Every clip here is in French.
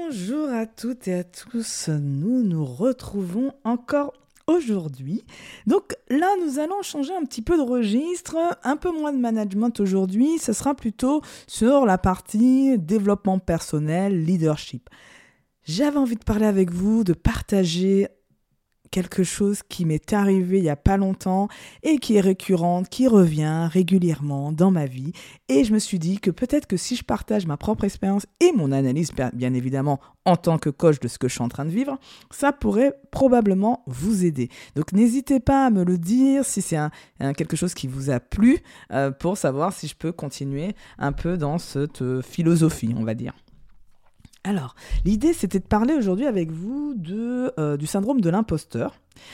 Bonjour à toutes et à tous, nous nous retrouvons encore aujourd'hui. Donc là, nous allons changer un petit peu de registre, un peu moins de management aujourd'hui, ce sera plutôt sur la partie développement personnel, leadership. J'avais envie de parler avec vous, de partager quelque chose qui m'est arrivé il n'y a pas longtemps et qui est récurrente, qui revient régulièrement dans ma vie. Et je me suis dit que peut-être que si je partage ma propre expérience et mon analyse, bien évidemment, en tant que coach de ce que je suis en train de vivre, ça pourrait probablement vous aider. Donc n'hésitez pas à me le dire si c'est quelque chose qui vous a plu pour savoir si je peux continuer un peu dans cette philosophie, on va dire. Alors, l'idée, c'était de parler aujourd'hui avec vous du syndrome de l'imposteur.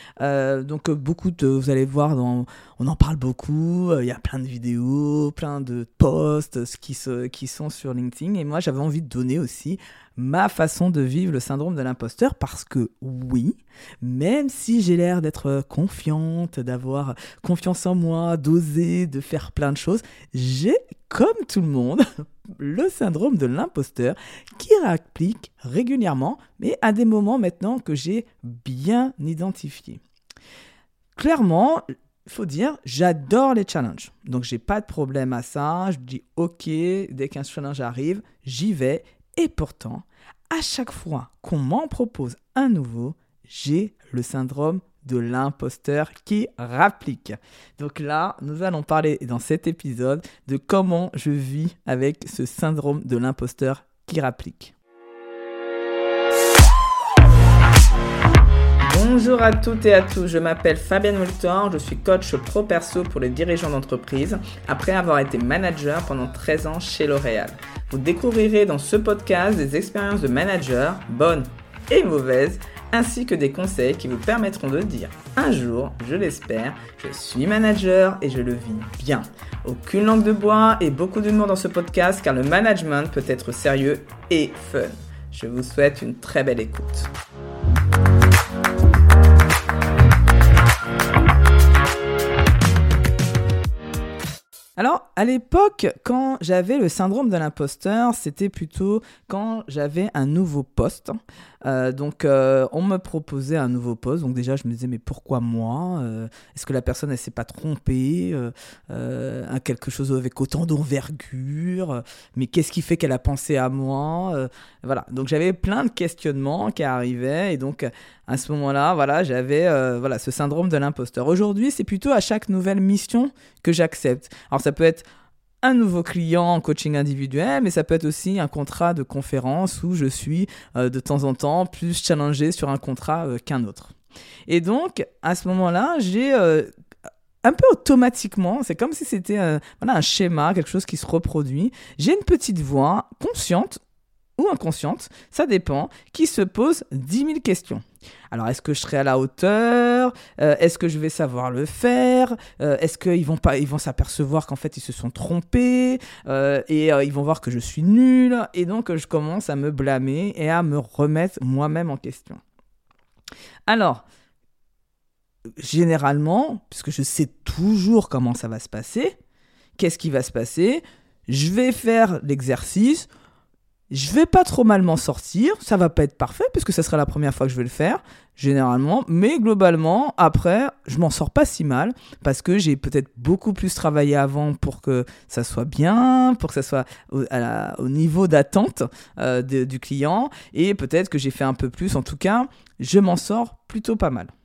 Vous allez voir, on en parle beaucoup, il y a plein de vidéos, plein de posts qui sont sur LinkedIn. Et moi, j'avais envie de donner aussi ma façon de vivre le syndrome de l'imposteur parce que oui, même si j'ai l'air d'être confiante, d'avoir confiance en moi, d'oser, de faire plein de choses, j'ai, comme tout le monde, le syndrome de l'imposteur qui réapplique régulièrement, mais à des moments maintenant que j'ai bien identifiés. Clairement, il faut dire, j'adore les challenges. Donc, j'ai pas de problème à ça. Je dis OK, dès qu'un challenge arrive, j'y vais. Et pourtant, à chaque fois qu'on m'en propose un nouveau, j'ai le syndrome de l'imposteur qui rapplique. Donc là, nous allons parler dans cet épisode de comment je vis avec ce syndrome de l'imposteur qui rapplique. Bonjour à toutes et à tous, je m'appelle Fabienne Moltor, je suis coach pro-perso pour les dirigeants d'entreprise après avoir été manager pendant 13 ans chez L'Oréal. Vous découvrirez dans ce podcast des expériences de manager, bonnes et mauvaises, ainsi que des conseils qui vous permettront de dire un jour, je l'espère, je suis manager et je le vis bien. Aucune langue de bois et beaucoup d'humour dans ce podcast car le management peut être sérieux et fun. Je vous souhaite une très belle écoute. Alors, à l'époque, quand j'avais le syndrome de l'imposteur, c'était plutôt quand j'avais un nouveau poste. On me proposait un nouveau poste. Donc déjà, je me disais, mais pourquoi moi ? Est-ce que la personne, elle s'est pas trompée à quelque chose avec autant d'envergure ? Mais qu'est-ce qui fait qu'elle a pensé à moi ? Voilà. Donc, j'avais plein de questionnements qui arrivaient. Et donc, à ce moment-là, voilà, j'avais ce syndrome de l'imposteur. Aujourd'hui, c'est plutôt à chaque nouvelle mission que j'accepte. Alors, ça peut être un nouveau client en coaching individuel, mais ça peut être aussi un contrat de conférence où je suis de temps en temps plus challengé sur un contrat qu'un autre. Et donc, à ce moment-là, j'ai un peu automatiquement, c'est comme si c'était un schéma, quelque chose qui se reproduit. J'ai une petite voix consciente ou inconsciente, ça dépend, qui se pose 10 000 questions. Alors, est-ce que je serai à la hauteur ? Est-ce que je vais savoir le faire ? Est-ce qu'ils vont s'apercevoir qu'en fait, ils se sont trompés ? Ils vont voir que je suis nul. Et donc, je commence à me blâmer et à me remettre moi-même en question. Alors, généralement, puisque je sais toujours comment ça va se passer, qu'est-ce qui va se passer ? Je vais faire l'exercice. Je vais pas trop mal m'en sortir, ça va pas être parfait puisque ça sera la première fois que je vais le faire, généralement, mais globalement, après, je m'en sors pas si mal parce que j'ai peut-être beaucoup plus travaillé avant pour que ça soit bien, pour que ça soit au niveau d'attente du client et peut-être que j'ai fait un peu plus, en tout cas, je m'en sors plutôt pas mal.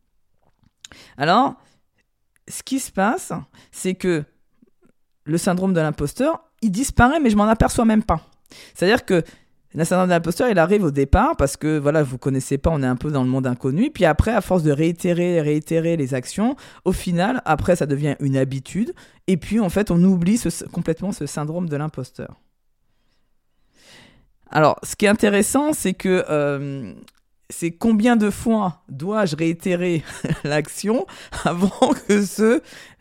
Alors, ce qui se passe, c'est que le syndrome de l'imposteur, il disparaît mais je m'en aperçois même pas. C'est-à-dire que le syndrome de l'imposteur, il arrive au départ parce que voilà, vous connaissez pas, on est un peu dans le monde inconnu. Puis après, à force de réitérer les actions, au final, après, ça devient une habitude. Et puis, en fait, on oublie complètement ce syndrome de l'imposteur. Alors, ce qui est intéressant, c'est que c'est combien de fois dois-je réitérer l'action avant que ce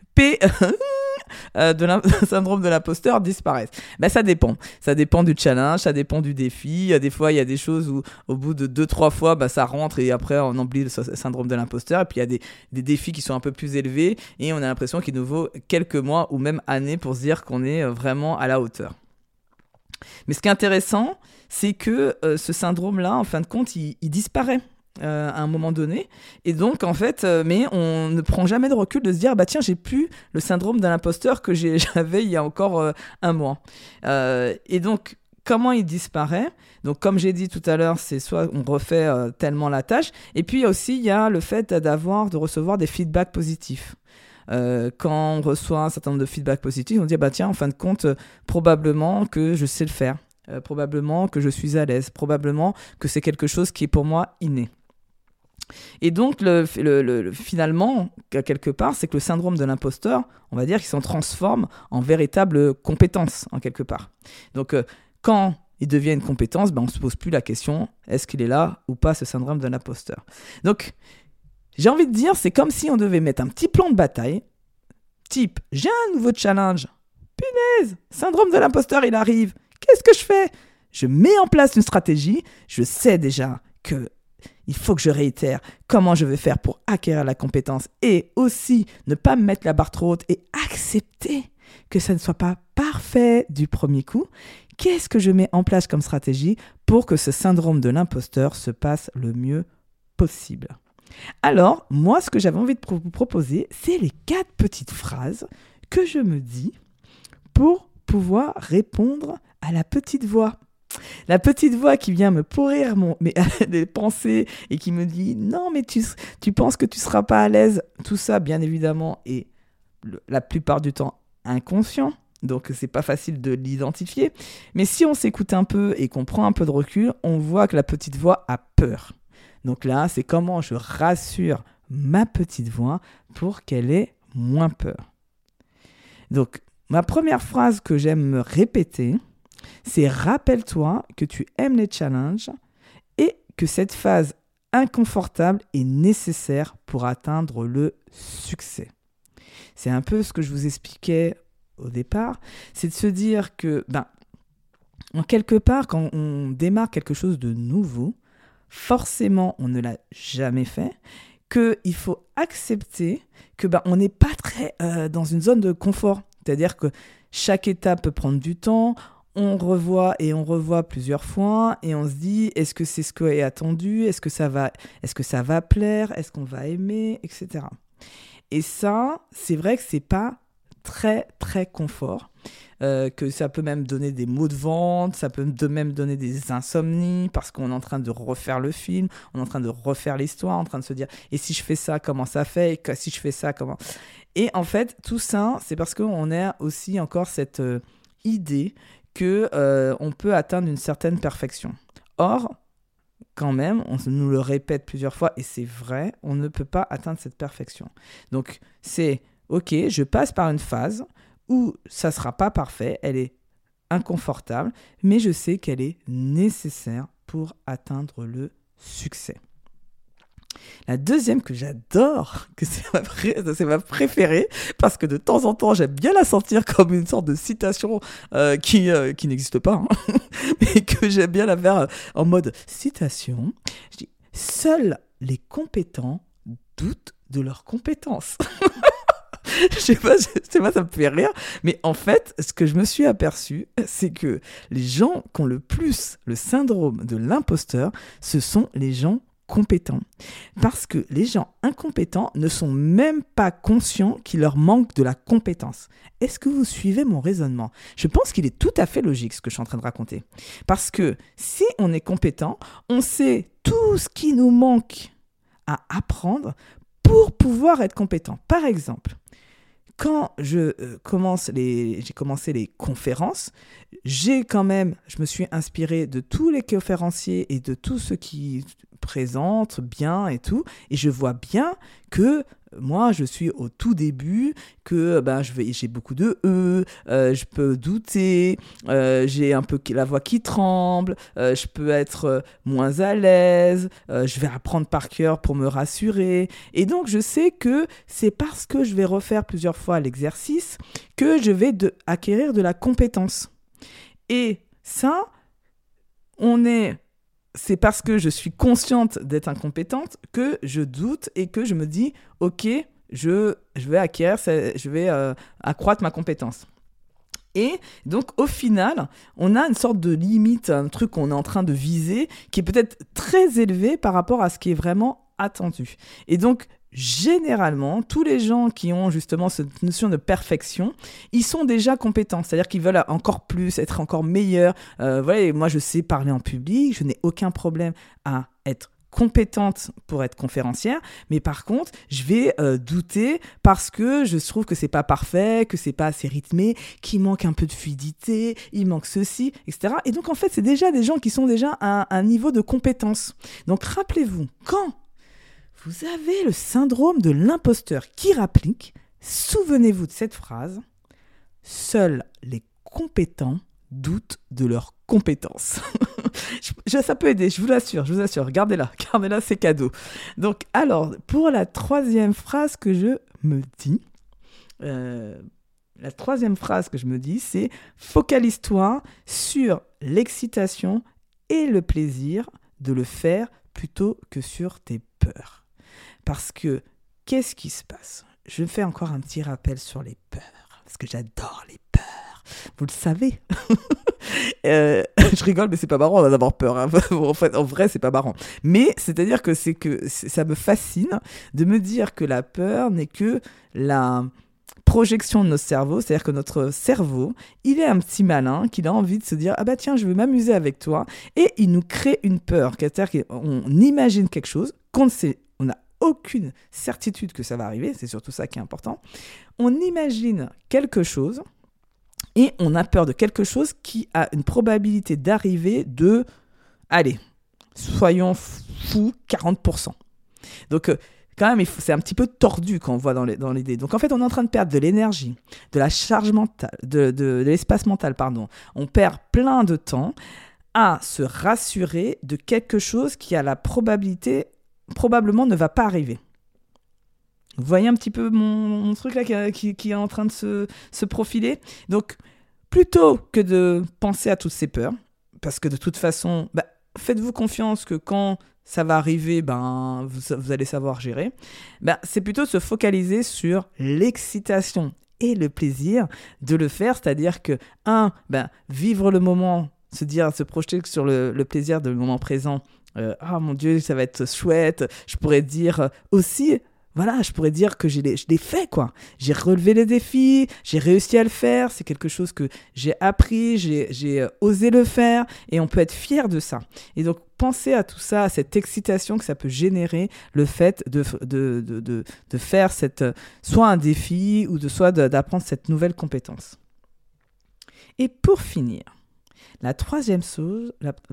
syndrome de l'imposteur disparaisse. Ça dépend du challenge, ça dépend du défi. Des fois il y a des choses où au bout de 2-3 fois ça rentre et après on oublie le syndrome de l'imposteur. Et puis il y a des défis qui sont un peu plus élevés et on a l'impression qu'il nous faut quelques mois ou même années pour se dire qu'on est vraiment à la hauteur. Mais ce qui est intéressant, c'est que ce syndrome-là, en fin de compte, il disparaît. À un moment donné, et donc en fait mais on ne prend jamais de recul de se dire bah tiens, j'ai plus le syndrome de l'imposteur que j'avais il y a encore un mois, et donc comment il disparaît? Donc comme j'ai dit tout à l'heure, c'est soit on refait tellement la tâche, et puis aussi il y a le fait de recevoir des feedbacks positifs. Quand on reçoit un certain nombre de feedbacks positifs, on dit bah tiens, en fin de compte probablement que je sais le faire, probablement que je suis à l'aise, probablement que c'est quelque chose qui est pour moi inné. Et donc, finalement, quelque part, c'est que le syndrome de l'imposteur, on va dire qu'il s'en transforme en véritable compétence, en quelque part. Donc, quand il devient une compétence, on ne se pose plus la question, est-ce qu'il est là ou pas, ce syndrome de l'imposteur? Donc, j'ai envie de dire, c'est comme si on devait mettre un petit plan de bataille, type, j'ai un nouveau challenge, punaise, syndrome de l'imposteur, il arrive, qu'est-ce que je fais? Je mets en place une stratégie, je sais déjà que il faut que je réitère comment je vais faire pour acquérir la compétence et aussi ne pas me mettre la barre trop haute et accepter que ça ne soit pas parfait du premier coup. Qu'est-ce que je mets en place comme stratégie pour que ce syndrome de l'imposteur se passe le mieux possible? Alors, moi, ce que j'avais envie de vous proposer, c'est les 4 petites phrases que je me dis pour pouvoir répondre à la petite voix. La petite voix qui vient me pourrir les pensées et qui me dit « Non, mais tu penses que tu ne seras pas à l'aise ?» Tout ça, bien évidemment, est la plupart du temps inconscient. Donc, c'est pas facile de l'identifier. Mais si on s'écoute un peu et qu'on prend un peu de recul, on voit que la petite voix a peur. Donc là, c'est comment je rassure ma petite voix pour qu'elle ait moins peur. Donc, ma première phrase que j'aime me répéter, c'est « Rappelle-toi que tu aimes les challenges et que cette phase inconfortable est nécessaire pour atteindre le succès. » C'est un peu ce que je vous expliquais au départ, c'est de se dire que, en quelque part, quand on démarre quelque chose de nouveau, forcément, on ne l'a jamais fait, qu'il faut accepter que on n'est pas très dans une zone de confort. C'est-à-dire que chaque étape peut prendre du temps, on revoit et on revoit plusieurs fois et on se dit est-ce que c'est ce qui est attendu, est-ce que ça va plaire, est-ce qu'on va aimer, etc. Et ça, c'est vrai que c'est pas très très confort, que ça peut même donner des maux de ventre, ça peut même donner des insomnies parce qu'on est en train de refaire le film, on est en train de refaire l'histoire, en train de se dire et si je fais ça, comment ça fait, et si je fais ça, comment... Et en fait, tout ça, c'est parce qu'on a aussi encore cette idée qu'on peut atteindre une certaine perfection. Or, quand même, on nous le répète plusieurs fois, et c'est vrai, on ne peut pas atteindre cette perfection. Donc, c'est, ok, je passe par une phase où ça ne sera pas parfait, elle est inconfortable, mais je sais qu'elle est nécessaire pour atteindre le succès. La deuxième que j'adore, que c'est ma préférée, parce que de temps en temps, j'aime bien la sentir comme une sorte de citation qui n'existe pas, mais que j'aime bien la faire en mode citation. Je dis, seuls les compétents doutent de leurs compétences. Je sais pas, ça me fait rire, mais en fait, ce que je me suis aperçu, c'est que les gens qui ont le plus le syndrome de l'imposteur, ce sont les gens compétents. Parce que les gens incompétents ne sont même pas conscients qu'il leur manque de la compétence. Est-ce que vous suivez mon raisonnement? Je pense qu'il est tout à fait logique ce que je suis en train de raconter. Parce que si on est compétent, on sait tout ce qui nous manque à apprendre pour pouvoir être compétent. Par exemple, quand j'ai commencé les conférences, je me suis inspiré de tous les conférenciers et de tous ceux qui présentent bien et tout, et je vois bien que moi, je suis au tout début, que j'ai beaucoup de je peux douter, j'ai un peu la voix qui tremble, je peux être moins à l'aise, je vais apprendre par cœur pour me rassurer. Et donc, je sais que c'est parce que je vais refaire plusieurs fois l'exercice que je vais acquérir de la compétence. Et ça, c'est parce que je suis consciente d'être incompétente que je doute et que je me dis ok, je vais accroître ma compétence. Et donc, au final, on a une sorte de limite, un truc qu'on est en train de viser, qui est peut-être très élevé par rapport à ce qui est vraiment attendu. Et donc, généralement, tous les gens qui ont justement cette notion de perfection, ils sont déjà compétents. C'est-à-dire qu'ils veulent encore plus, être encore meilleurs. Voilà, moi, je sais parler en public, je n'ai aucun problème à être compétente pour être conférencière, mais par contre, je vais douter parce que je trouve que c'est pas parfait, que c'est pas assez rythmé, qu'il manque un peu de fluidité, il manque ceci, etc. Et donc, en fait, c'est déjà des gens qui sont déjà à un niveau de compétence. Donc, rappelez-vous, quand vous avez le syndrome de l'imposteur qui rapplique, souvenez-vous de cette phrase, seuls les compétents doutent de leurs compétences. Ça peut aider, je vous l'assure, gardez-la, c'est cadeau. Donc, alors, pour la troisième phrase que je me dis, c'est focalise-toi sur l'excitation et le plaisir de le faire plutôt que sur tes peurs. Parce que, qu'est-ce qui se passe ? Je fais encore un petit rappel sur les peurs, parce que j'adore les peurs. Vous le savez. Je rigole, mais c'est pas marrant d'avoir peur. Hein. En vrai, c'est pas marrant. Mais c'est-à-dire que ça me fascine de me dire que la peur n'est que la projection de notre cerveau. C'est-à-dire que notre cerveau, il est un petit malin, qu'il a envie de se dire « Ah bah tiens, je veux m'amuser avec toi ». Et il nous crée une peur. C'est-à-dire qu'on imagine quelque chose qu'on ne sait, on n'a aucune certitude que ça va arriver. C'est surtout ça qui est important. On imagine quelque chose et on a peur de quelque chose qui a une probabilité d'arriver de, allez, soyons fous, 40%. Donc, quand même, c'est un petit peu tordu quand on voit dans l'idée. Donc, en fait, on est en train de perdre de l'énergie, de la charge mentale, de l'espace mental, pardon. On perd plein de temps à se rassurer de quelque chose qui a la probabilité, probablement ne va pas arriver. Vous voyez un petit peu mon truc là qui est en train de se profiler. Donc, plutôt que de penser à toutes ces peurs, parce que de toute façon, faites-vous confiance que quand ça va arriver, vous allez savoir gérer. C'est plutôt de se focaliser sur l'excitation et le plaisir de le faire. C'est-à-dire que, vivre le moment, se projeter sur le plaisir de le moment présent. Ah mon Dieu, ça va être chouette. Je pourrais dire aussi... Voilà, je pourrais dire que je l'ai fait, quoi. J'ai relevé les défis, j'ai réussi à le faire, c'est quelque chose que j'ai appris, j'ai osé le faire, et on peut être fier de ça. Et donc, pensez à tout ça, à cette excitation que ça peut générer, le fait de faire soit un défi, ou soit d'apprendre cette nouvelle compétence. Et pour finir, la troisième chose...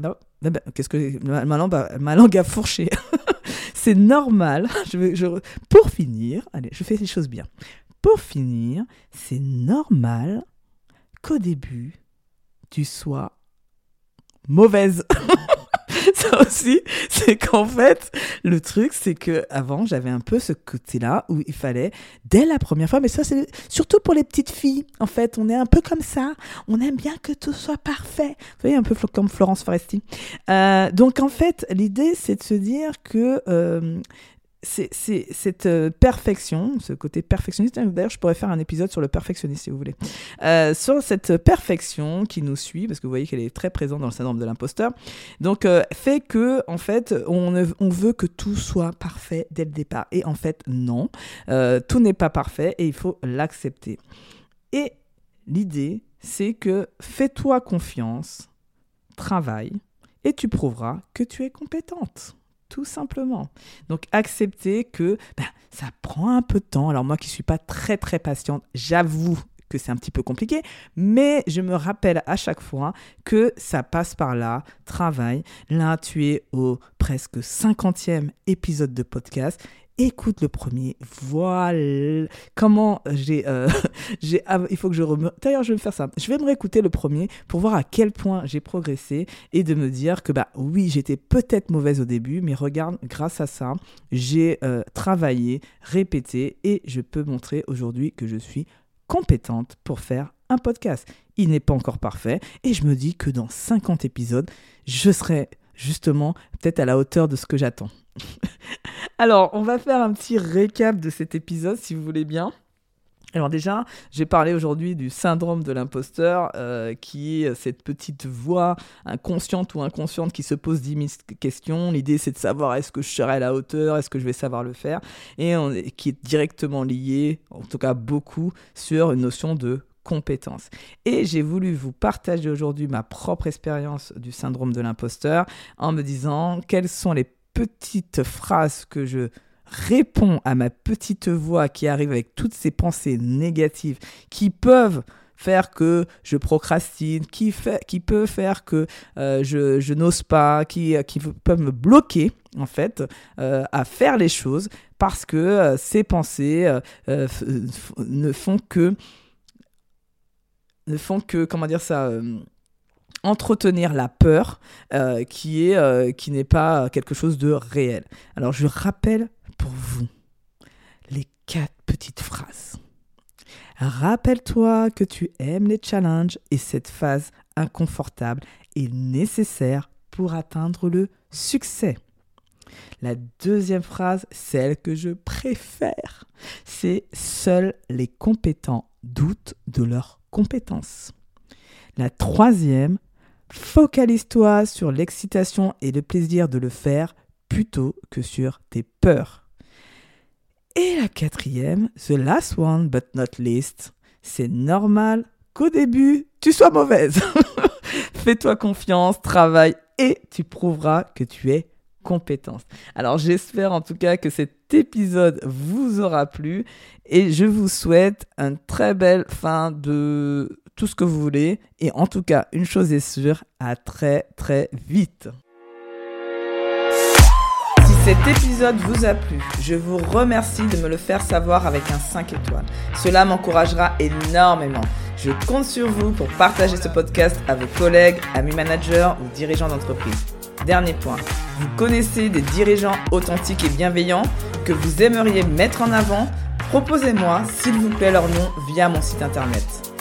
ma langue a fourché. C'est normal. Pour finir, allez, je fais les choses bien. Pour finir, c'est normal qu'au début, tu sois mauvaise. Ça aussi, c'est qu'en fait, le truc, c'est qu'avant, j'avais un peu ce côté-là où il fallait, dès la première fois, mais ça, c'est surtout pour les petites filles, en fait, on est un peu comme ça, on aime bien que tout soit parfait. Vous voyez, un peu comme Florence Foresti. Donc, en fait, l'idée, c'est de se dire que... c'est cette perfection, ce côté perfectionniste. D'ailleurs, je pourrais faire un épisode sur le perfectionniste, si vous voulez. Sur cette perfection qui nous suit, parce que vous voyez qu'elle est très présente dans le syndrome de l'imposteur. Donc, fait que, en fait, on veut que tout soit parfait dès le départ. Et en fait, non. Tout n'est pas parfait et il faut l'accepter. Et l'idée, c'est que fais-toi confiance, travaille, et tu prouveras que tu es compétente. Tout simplement. Donc, accepter que ça prend un peu de temps. Alors, moi qui ne suis pas très, très patiente, j'avoue que c'est un petit peu compliqué, mais je me rappelle à chaque fois que ça passe par là, travail. Là, tu es au presque 50e épisode de podcast. Écoute le premier, voilà comment il faut que d'ailleurs, je vais me faire ça. Je vais me réécouter le premier pour voir à quel point j'ai progressé et de me dire que oui, j'étais peut-être mauvaise au début, mais regarde, grâce à ça, j'ai travaillé, répété et je peux montrer aujourd'hui que je suis compétente pour faire un podcast. Il n'est pas encore parfait et je me dis que dans 50 épisodes, je serai justement peut-être à la hauteur de ce que j'attends. Alors, on va faire un petit récap de cet épisode, si vous voulez bien. Alors déjà, j'ai parlé aujourd'hui du syndrome de l'imposteur, qui est cette petite voix inconsciente ou inconsciente qui se pose 10 000 questions. L'idée, c'est de savoir est-ce que je serai à la hauteur, est-ce que je vais savoir le faire, et qui est directement lié, en tout cas beaucoup, sur une notion de compétence. Et j'ai voulu vous partager aujourd'hui ma propre expérience du syndrome de l'imposteur en me disant quelles sont les petites phrases que je réponds à ma petite voix qui arrive avec toutes ces pensées négatives qui peuvent faire que je procrastine, qui peut faire que je n'ose pas, qui peuvent me bloquer en fait à faire les choses parce que ces pensées ne font que comment dire ça, entretenir la peur qui n'est pas quelque chose de réel. Alors je rappelle pour vous les 4 petites phrases. Rappelle-toi que tu aimes les challenges et cette phase inconfortable est nécessaire pour atteindre le succès. La deuxième phrase, celle que je préfère, c'est « Seuls les compétents doutent de leurs compétences ». La troisième, focalise-toi sur l'excitation et le plaisir de le faire plutôt que sur tes peurs. Et la quatrième, the last one but not least, c'est normal qu'au début, tu sois mauvaise. Fais-toi confiance, travaille et tu prouveras que tu es compétente. Alors j'espère en tout cas que cet épisode vous aura plu et je vous souhaite une très belle fin de tout ce que vous voulez. Et en tout cas, une chose est sûre, à très très vite. Si cet épisode vous a plu, je vous remercie de me le faire savoir avec un 5 étoiles. Cela m'encouragera énormément. Je compte sur vous pour partager ce podcast à vos collègues, amis managers ou dirigeants d'entreprise. Dernier point, vous connaissez des dirigeants authentiques et bienveillants que vous aimeriez mettre en avant ? Proposez-moi, s'il vous plaît, leur nom via mon site internet.